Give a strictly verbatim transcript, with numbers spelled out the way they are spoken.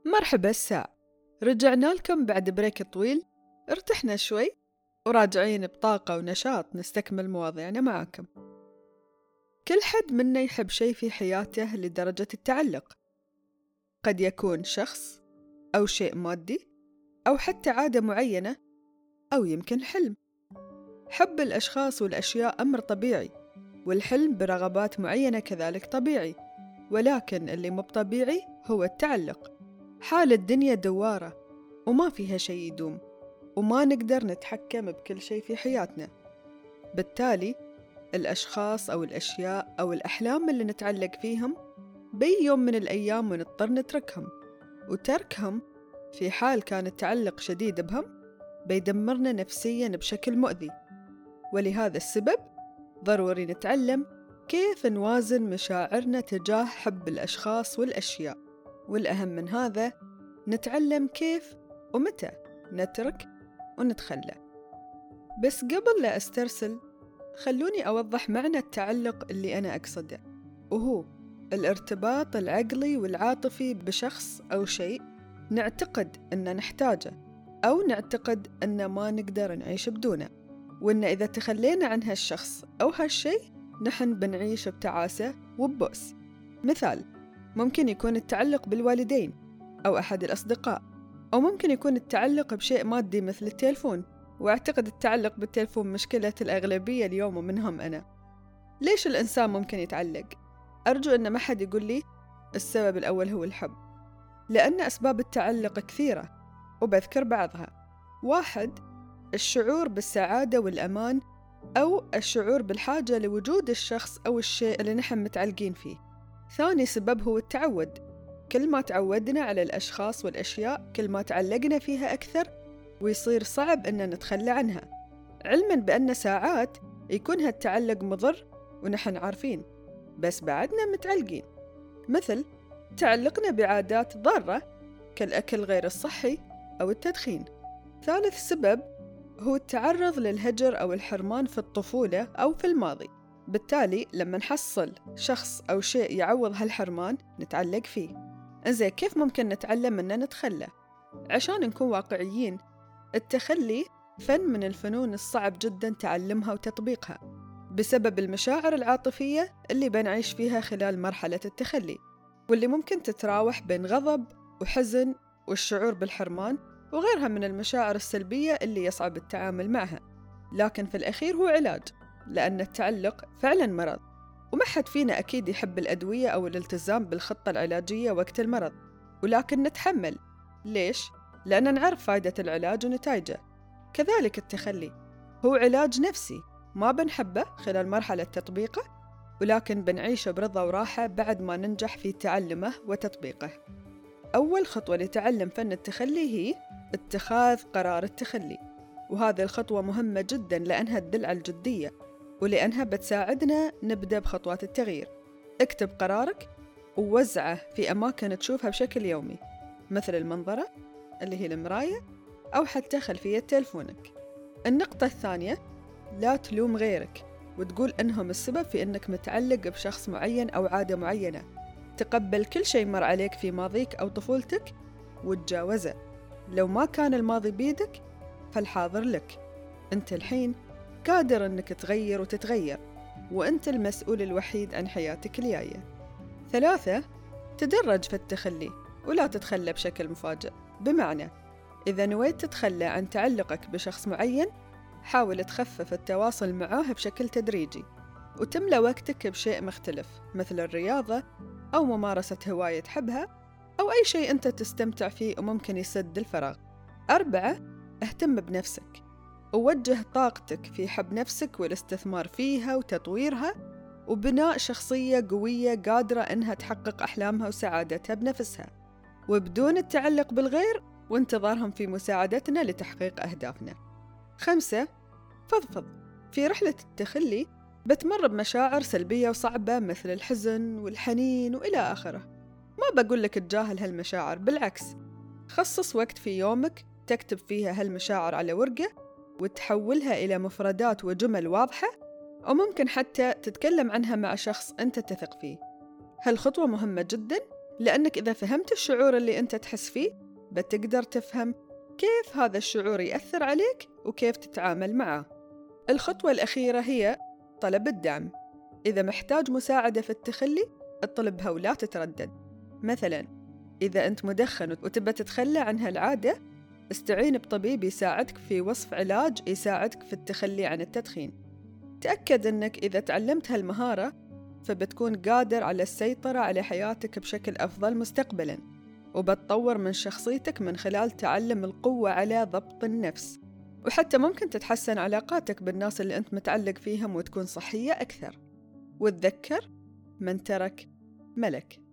مرحبا الساعة، رجعنا لكم بعد بريك طويل. ارتحنا شوي وراجعين بطاقة ونشاط نستكمل مواضيعنا معاكم. كل حد منا يحب شيء في حياته لدرجة التعلق، قد يكون شخص أو شيء مادي أو حتى عادة معينة أو يمكن حلم. حب الأشخاص والأشياء أمر طبيعي، والحلم برغبات معينة كذلك طبيعي، ولكن اللي مو طبيعي هو التعلق. حال الدنيا دوارة وما فيها شيء يدوم، وما نقدر نتحكم بكل شيء في حياتنا. بالتالي الأشخاص أو الأشياء أو الأحلام اللي نتعلق فيهم بي يوم من الأيام ونضطر نتركهم، وتركهم في حال كان التعلق شديد بهم بيدمرنا نفسياً بشكل مؤذي. ولهذا السبب ضروري نتعلم كيف نوازن مشاعرنا تجاه حب الأشخاص والأشياء، والأهم من هذا نتعلم كيف ومتى نترك ونتخلى. بس قبل لا أسترسل خلوني أوضح معنى التعلق اللي أنا أقصده، وهو الارتباط العقلي والعاطفي بشخص أو شيء نعتقد أن نحتاجه أو نعتقد أن ما نقدر نعيش بدونه، وأن إذا تخلينا عن هالشخص أو هالشيء نحن بنعيش بتعاسة وببؤس. مثال، ممكن يكون التعلق بالوالدين أو أحد الأصدقاء، أو ممكن يكون التعلق بشيء مادي مثل التلفون، وأعتقد التعلق بالتلفون مشكلة الأغلبية اليوم ومنهم أنا. ليش الإنسان ممكن يتعلق؟ أرجو أن ما حد يقول لي السبب الأول هو الحب، لأن أسباب التعلق كثيرة وبذكر بعضها. واحد، الشعور بالسعادة والأمان، أو الشعور بالحاجة لوجود الشخص أو الشيء اللي نحن متعلقين فيه. ثاني سبب هو التعود، كل ما تعودنا على الأشخاص والأشياء كل ما تعلقنا فيها أكثر ويصير صعب أن نتخلى عنها، علماً بأن ساعات يكون هالتعلق مضر ونحن عارفين بس بعدنا متعلقين، مثل تعلقنا بعادات ضارة كالأكل غير الصحي أو التدخين. ثالث سبب هو التعرض للهجر أو الحرمان في الطفولة أو في الماضي، بالتالي لما نحصل شخص أو شيء يعوض هالحرمان نتعلق فيه. إنزين، كيف ممكن نتعلم أن نتخلى؟ عشان نكون واقعيين، التخلي فن من الفنون الصعب جدا تعلمها وتطبيقها بسبب المشاعر العاطفية اللي بنعيش فيها خلال مرحلة التخلي، واللي ممكن تتراوح بين غضب وحزن والشعور بالحرمان وغيرها من المشاعر السلبية اللي يصعب التعامل معها. لكن في الأخير هو علاج، لأن التعلق فعلا مرض، وما حد فينا أكيد يحب الأدوية أو الالتزام بالخطة العلاجية وقت المرض، ولكن نتحمل. ليش؟ لأن نعرف فائدة العلاج ونتائجه. كذلك التخلي هو علاج نفسي ما بنحبه خلال مرحلة تطبيقه، ولكن بنعيشه برضا وراحة بعد ما ننجح في تعلمه وتطبيقه. أول خطوة لتعلم فن التخلي هي اتخاذ قرار التخلي، وهذه الخطوة مهمة جدا لأنها تدل على الجدية ولأنها بتساعدنا نبدأ بخطوات التغيير. اكتب قرارك ووزعه في أماكن تشوفها بشكل يومي، مثل المنظرة اللي هي المراية، أو حتى خلفية تلفونك. النقطة الثانية، لا تلوم غيرك وتقول أنهم السبب في أنك متعلق بشخص معين أو عادة معينة. تقبل كل شيء مر عليك في ماضيك أو طفولتك وتجاوزه. لو ما كان الماضي بيدك فالحاضر لك. أنت الحين قادر أنك تغير وتتغير، وأنت المسؤول الوحيد عن حياتك الجاية. ثلاثة، تدرج في التخلي ولا تتخلى بشكل مفاجئ. بمعنى، إذا نويت تتخلى عن تعلقك بشخص معين، حاول تخفف التواصل معاه بشكل تدريجي وتملى وقتك بشيء مختلف، مثل الرياضة أو ممارسة هواية تحبها أو أي شيء أنت تستمتع فيه وممكن يسد الفراغ. أربعة، اهتم بنفسك ووجه طاقتك في حب نفسك والاستثمار فيها وتطويرها وبناء شخصية قوية قادرة أنها تحقق أحلامها وسعادتها بنفسها، وبدون التعلق بالغير وانتظارهم في مساعدتنا لتحقيق أهدافنا. خمسة، فضفض. في رحلة التخلي بتمر بمشاعر سلبية وصعبة مثل الحزن والحنين وإلى آخره. ما بقول لك تجاهل هالمشاعر، بالعكس، خصص وقت في يومك تكتب فيها هالمشاعر على ورقة وتحولها إلى مفردات وجمل واضحة، وممكن حتى تتكلم عنها مع شخص أنت تثق فيه. هالخطوة مهمة جدا لأنك إذا فهمت الشعور اللي أنت تحس فيه بتقدر تفهم كيف هذا الشعور يأثر عليك وكيف تتعامل معه. الخطوة الأخيرة هي طلب الدعم. إذا محتاج مساعدة في التخلي اطلبها ولا تتردد. مثلاً إذا أنت مدخن وتبى تتخلى عن هالعادة استعين بطبيب يساعدك في وصف علاج يساعدك في التخلي عن التدخين. تأكد أنك إذا تعلمت هالمهارة فبتكون قادر على السيطرة على حياتك بشكل أفضل مستقبلاً، وبتطور من شخصيتك من خلال تعلم القوة على ضبط النفس، وحتى ممكن تتحسن علاقاتك بالناس اللي أنت متعلق فيهم وتكون صحية أكثر. وتذكر من ترك ملك.